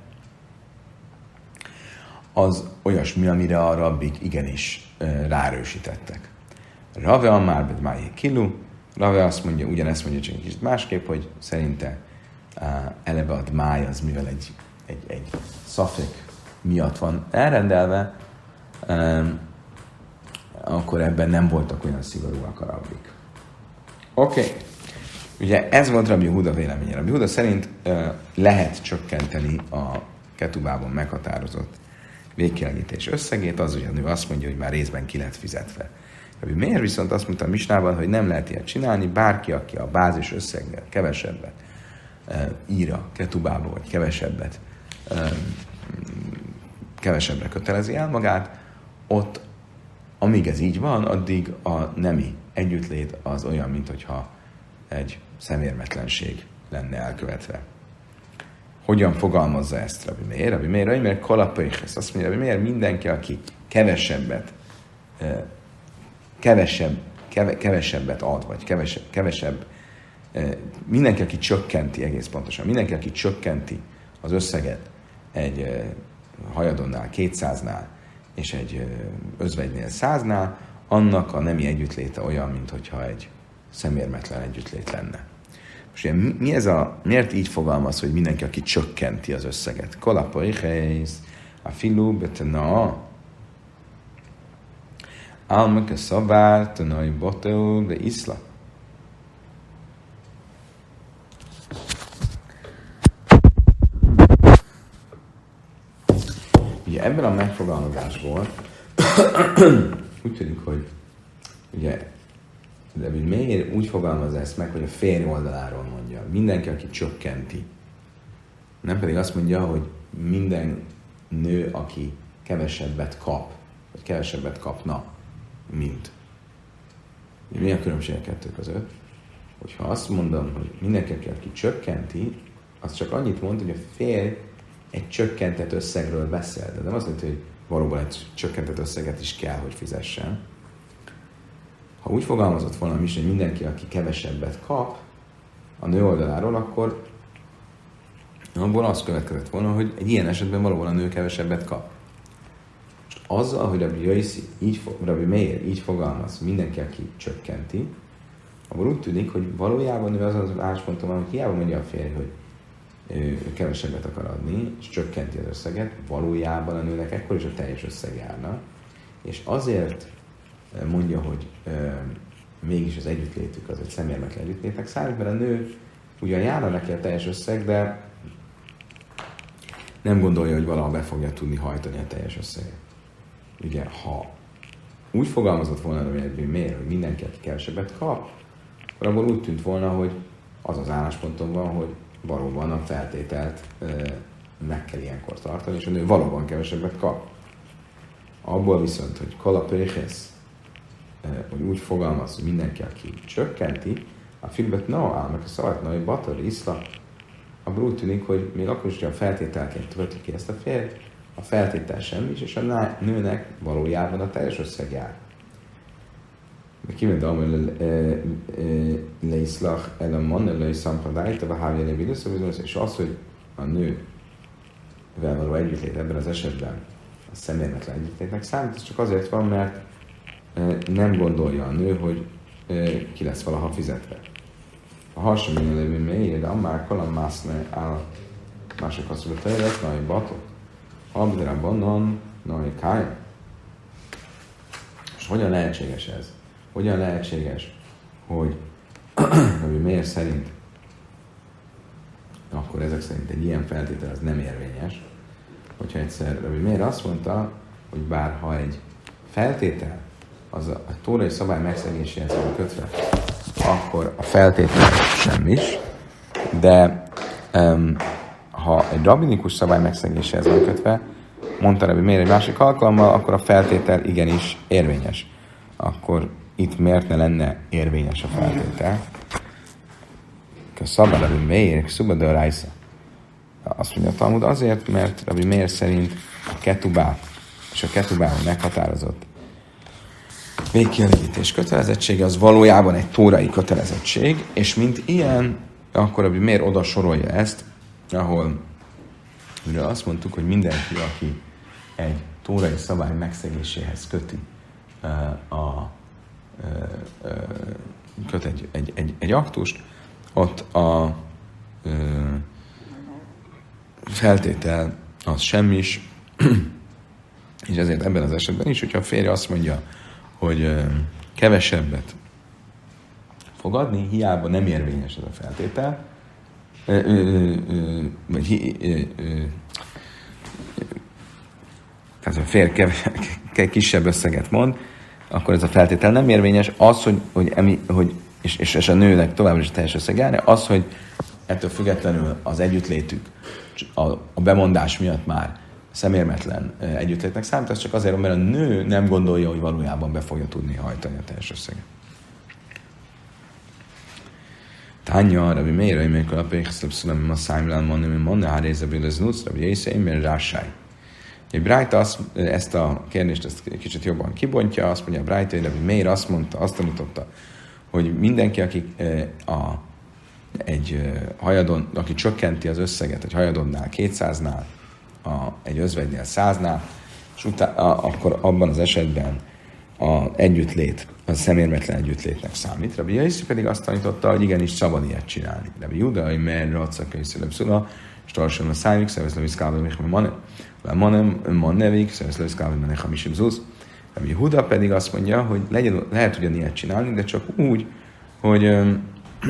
az olyasmi, amire a rabbik igenis e, ráerősítettek. Rave Amár Bedmájé Kilu, Rave azt mondja, ugyanezt mondja, csak egy kicsit másképp, hogy szerinte e, eleve a dmáj az, mivel egy, egy, egy szafek miatt van elrendelve, e, akkor ebben nem voltak olyan szigorúak a rabbik. Oké. Okay. Ugye ez volt Rabbi Yehuda véleménye. Rabbi Yehuda szerint uh, lehet csökkenteni a ketubában meghatározott végkielégítés összegét, az ugye a nő azt mondja, hogy már részben ki lehet fizetve. Rabbi Meir viszont azt mondta a misnában, hogy nem lehet ilyet csinálni, bárki, aki a bázis összegnél kevesebbet uh, ír a ketubába, vagy kevesebbet, uh, kevesebbre kötelezi el magát, ott, amíg ez így van, addig a nemi együttlét az olyan, mint hogyha egy szemérmetlenség lenne elkövetve. Hogyan fogalmazza ezt Rabbi Meir? Rabbi Meir, Rabbi Meir kolapöjhez. Azt mondja, Rabbi Meir mindenki, aki kevesebbet, kevesebb, keve, kevesebbet ad, vagy kevesebb, kevesebb, mindenki, aki csökkenti egész pontosan, mindenki, aki csökkenti az összeget egy hajadonnál, kétszáznál, és egy özvegynél száznál, annak a nemi együttléte olyan, mintha egy szemérmetlen együttlét lenne. Most ugye, mi ez a, miért így fogalmaz, hogy mindenki, aki csökkenti az összeget? Kolapaihész, a filu, betena, almeke szabár, tanai boteu, de iszla. Ugye ebben a megfogalmazásból úgy tűnik, hogy ugye de miért úgy fogalmazza ezt meg, hogy a férj oldaláról mondja. Mindenki, aki csökkenti. Nem pedig azt mondja, hogy minden nő, aki kevesebbet kap, vagy kevesebbet kapna, mint. Mi a különbség a kettő között? Hogyha azt mondom, hogy mindenki, aki csökkenti, az csak annyit mond, hogy a férj egy csökkentett összegről beszél. De nem azt mondja, hogy valóban egy csökkentett összeget is kell, hogy fizessen. Ha úgy fogalmazott volna is, hogy mindenki, aki kevesebbet kap a nő oldaláról, akkor abból az következett volna, hogy egy ilyen esetben valóban a nő kevesebbet kap. Most azzal, hogy Rabbi Yossi, így, Rabbi Meir így fogalmaz, mindenki, aki csökkenti, abból úgy tűnik, hogy valójában ő azon az állásponton van, hogy hiába mondja a férj, hogy ő kevesebbet akar adni, és csökkenti az összeget, valójában a nőnek ekkor is a teljes összeg járna. És azért mondja, hogy e, mégis az együttlétük az egy szemérmetlen együttlétnek számít, mert a nő ugyan járna neki a teljes összeg, de nem gondolja, hogy valaha be fogja tudni hajtani a teljes összeget. Ugye, ha úgy fogalmazott volna, hogy miért, hogy mindenki, aki kevesebbet kap, akkor abból úgy tűnt volna, hogy az az állásponton van, hogy valóban a feltételt e, meg kell ilyenkor tartani, és a nő valóban kevesebbet kap. Abból viszont, hogy kalapöjhész, hogy úgy fogalmaz, hogy mindenki, aki csökkenti, a filmet no, állnak a szavát, hogy bator, iszla, abból úgy tűnik, hogy még akkor is, hogy a feltételként tölti ki ezt a férj, a feltétel semmi, és a nőnek valójában a teljes összeg jár. Kivéd amely leiszlach el a man, leiszamhadájt, a hávja levédősz, és az, hogy a nővel való együttlét ebben az esetben a szemérmetlen együttlétnek számít, ez csak azért van, mert nem gondolja a nő, hogy ki lesz valaha fizetve. A hasonló lévő mélyé, de ammár kalam mászne áll mások azt mondja, hogy lesz nagy batot. Abderában non, nagy kája. És hogyan lehetséges ez? Hogyan lehetséges, hogy Rabbi Meir szerint akkor ezek szerint egy ilyen feltétel az nem érvényes, hogyha egyszer Rabbi Meir azt mondta, hogy bár ha egy feltétel az a, a tórai szabály megszegéséhez van kötve, akkor a feltétel semmis, de um, ha egy rabinikus szabály megszegéséhez van kötve, mondta Rabbi Meir egy másik alkalommal, akkor a feltétel igenis érvényes. Akkor itt miért ne lenne érvényes a feltétel? Szabad Rabbi Meir, szubad a rájsza. Azt mondja a Talmud azért, mert Rabbi Meir szerint a ketubá és a ketubában meghatározott végkielégítés kötelezettsége az valójában egy tórai kötelezettség, és mint ilyen, akkor Rabbi Meir oda sorolja ezt, ahol ugye azt mondtuk, hogy mindenki, aki egy tórai szabály megszegéséhez köti a, a, köt egy, egy, egy, egy aktust, ott a ö, feltétel az semmis, és ezért ebben az esetben is, hogyha a férje azt mondja, hogy ö, kevesebbet fog adni, hiába nem érvényes ez a feltétel, ö, ö, ö, vagy ö, ö, tehát a férj keve, kisebb összeget mond, akkor ez a feltétel nem érvényes. Az, hogy, hogy, emi, hogy és, és, és a nőnek továbbra is teljes összeg járni, az, hogy ettől függetlenül az együttlétük a, a bemondás miatt már szemérmetlen együttlétnek számít, ez csak azért, mert a nő nem gondolja, hogy valójában be fogja tudni hajtani a teljes összeget. Tánya, Rabbi Meir, amikor a pékszlöbb szülem, a szájmlán mondani, hogy mondja, hát rézeből ez nusz, Rabbi Jészei, mert rásáj. Egy Brájta ezt a kérdést ezt kicsit jobban kibontja, azt mondja a Brájta, hogy Rabbi Meir azt mondta, azt tanította, hogy mindenki, aki a, egy hajadon, aki csökkenti az összeget egy hajadonnál kétszáznál, a, egy özvegnél száznál, és utána, a, akkor abban az esetben az együttlét, az szemérmetlen együttlétnek számít. Rabbi Jézus pedig azt tanította, hogy igenis szabad ilyet csinálni. Rabbi Júda, hogy mer racakai szülöpszula, és tartson a szájvik, szervezle viszkálva, még manem, manem, manevik, szervezle viszkálva, még hamisib zusz. Rabbi Júda pedig azt mondja, hogy legyen, lehet ugyanilyet csinálni, de csak úgy, hogy öm,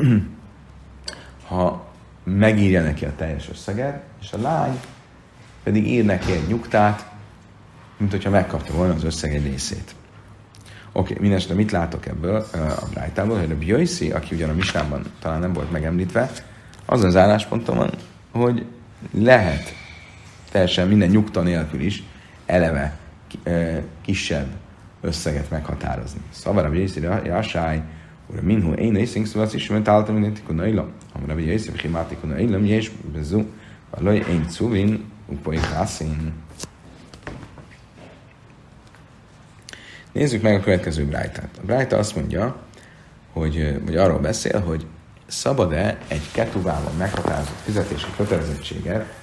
ha megírja neki a teljes összeget, és a lány pedig ír neki egy nyugtát, mint hogyha megkapta volna az összeg egy részét. Oké, okay, mindenesetre mit látok ebből a Brájtából, hogy a Bjöjszi, aki ugyan a Misnában talán nem volt megemlítve, azon az állásponton van, hogy lehet teljesen minden nyugta nélkül is eleve kisebb összeget meghatározni. Szóval a Bjöjszi, Jasály, Ura minhu én részünk szóval az is, mert álltam mindent a nőilom. Amra Bjöjszi, Jézus, Chimátik a nőilom, és bezú, valój én cuvin, upoi hászín. Nézzük meg a következő Brájtát. A Brájta azt mondja, hogy, vagy arról beszél, hogy szabad-e egy ketubában meghatározott fizetési kötelezettséget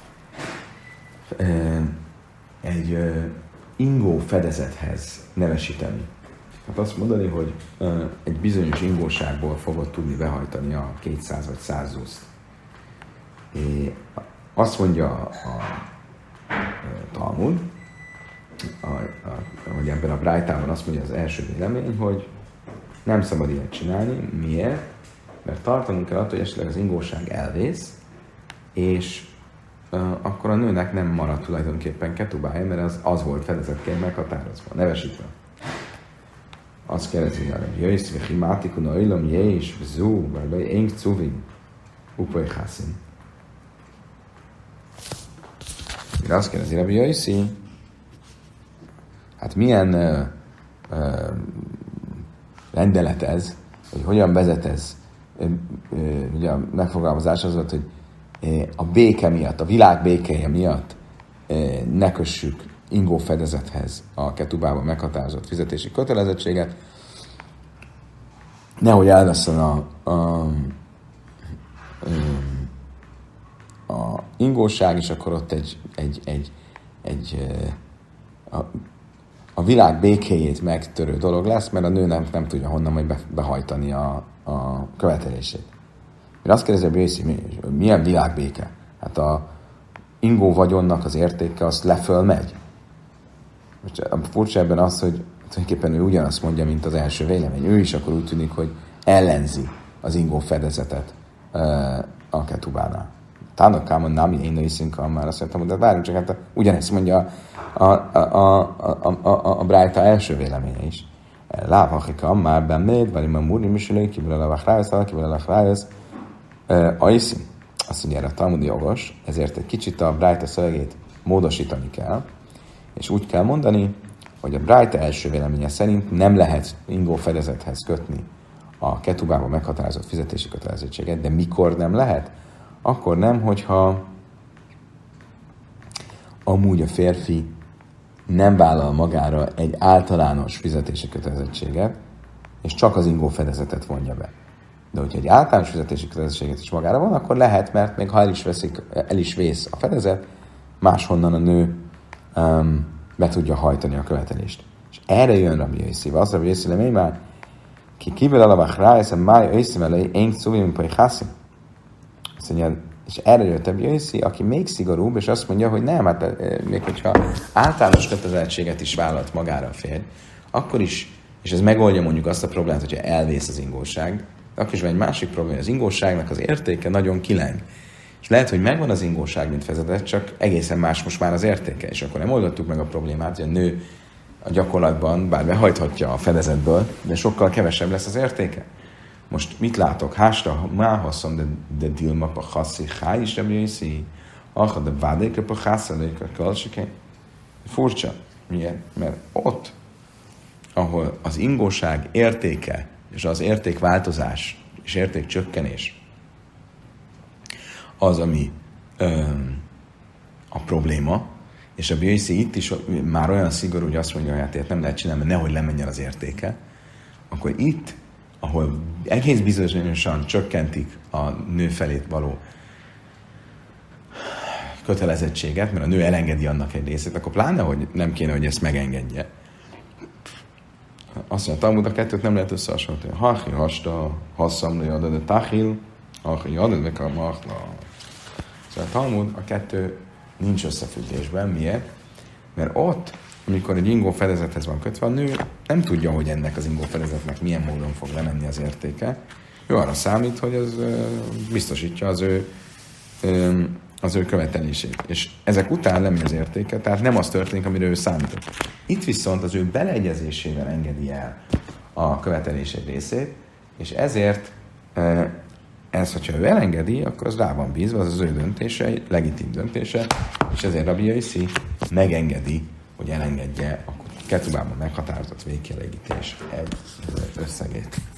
egy ingó fedezethez nevesíteni. Hát azt mondani, hogy egy bizonyos ingóságból fogod tudni behajtani a kétszáz vagy száz zuszt. Azt mondja a, a Talmud, A, a, hogy ebben a Brájtában azt mondja az első vélemény, hogy nem szabad ilyet csinálni. Miért? Mert tartanunk kell attól, hogy esetleg az ingóság elvész, és uh, akkor a nőnek nem marad tulajdonképpen ketubája, mert az, az volt fedezetként meghatározva, nevesítve. Azt kérdezi, hogy jöjsz, vagy himátikun, oilom, jéis, zú, vagy énk cuvin, upai hászin. Azt kérdezi, hogy jöjsz, hát milyen uh, uh, rendelet ez, hogy hogyan vezet ez, uh, uh, ugye a megfogalmazás az volt, hogy uh, a béke miatt, a világ békéje miatt uh, ne kössük ingó fedezethez a ketubában meghatározott fizetési kötelezettséget. nehogy elveszem a, a, a ingóság, és akkor ott egy, egy, egy, egy a, a világ békéjét megtörő dolog lesz, mert a nő nem, nem tudja honnan majd behajtani a, a követelését. Én azt kérdezem, hogy milyen világbéke? Hát a ingó vagyonnak az értéke az leföl megy. Most a furcsa ebben az, hogy tulajdonképpen ő ugyanazt mondja, mint az első vélemény. Ő is akkor úgy tűnik, hogy ellenzi az ingó fedezetet uh, a ketubánál. Tának kámon nem én őszünk, már azt mondtam, de várjunk csak, hát ugyanezt mondja a, a, a, a, a, a, a Brájta első véleménye is. Lávachika, már bennéd, vagy már múrni misülő, kiből a lavachrájesz, kiből a lavachrájesz, aiszim. Azt mondja, erre a Talmud jogos, ezért egy kicsit a Brájta szövegét módosítani kell, és úgy kell mondani, hogy a Brájta első véleménye szerint nem lehet ingó fedezethez kötni a ketubában meghatározott fizetési kötelezettséget, de mikor nem lehet? Akkor nem, hogyha amúgy a férfi nem vállal magára egy általános fizetési kötelezettséget, és csak az ingó fedezetet vonja be. De hogyha egy általános fizetési kötelezettséget is magára van, akkor lehet, mert még ha el is, veszik, el is vész a fedezet, máshonnan a nő um, be tudja hajtani a követelést. És erre jön Rabbi Yossi. Az Rabbi Yossi lemény már, ki kibel alavach rá, ez a máj őszim elej, én szuvim paj hászim. Azt mondja, és erre jött Rabbi Yossi, aki még szigorúbb, és azt mondja, hogy nem, hát még hogyha általános kötelezettséget is vállalt magára a férj, akkor is, és ez megoldja mondjuk azt a problémát, hogyha elvész az ingóság, de akkor is van egy másik probléma, az ingóságnak az értéke nagyon kileng. És lehet, hogy megvan az ingóság, mint fedezet, csak egészen más most már az értéke. És akkor nem oldottuk meg a problémát, hogy a nő a gyakorlatban bár behajthatja a fedezetből, de sokkal kevesebb lesz az értéke. Most mit látok? Hásta, már haszom, de, de dilma pa haszi, háj is nem jöjjszi, aha, de vádéke pa hászadéka, kalcsiké. Furcsa. Miért? Mert ott, ahol az ingóság értéke, és az értékváltozás, és értékcsökkenés, az, ami öm, a probléma, és a Bjöjszi itt is már olyan szigorú, hogy azt mondja, hogy hát ilyet nem lehet csinálni, mert nehogy lemenjen az értéke, akkor itt, ahol egész bizonyosan csökkentik a nő felét való kötelezettséget, mert a nő elengedi annak egy részét, akkor pláne, hogy nem kéne, hogy ezt megengedje. Azt mondja, Talmud, a kettőt nem lehet összehasonlítani. Hachi, hasta, hasszamlő, adod, de tahil, hachi, adod, meg a mahla. Szóval a Talmud, a kettő nincs összefüggésben. Miért? Mert ott, amikor egy ingó fedezethez van kötve, a nő nem tudja, hogy ennek az ingó fedezetnek milyen módon fog lemenni az értéke. Ő arra számít, hogy ez biztosítja az ő, az ő követelését. És ezek után lemegy az értéke, tehát nem az történik, amire ő számított. Itt viszont az ő beleegyezésével engedi el a követelés egy részét, és ezért ez, hogyha ő elengedi, akkor az rá van bízva, az az ő döntése, egy legitim döntése, és ezért Rabbi Yossi megengedi, hogy elengedje a ketubában meghatározott végkielégítés egy összegét.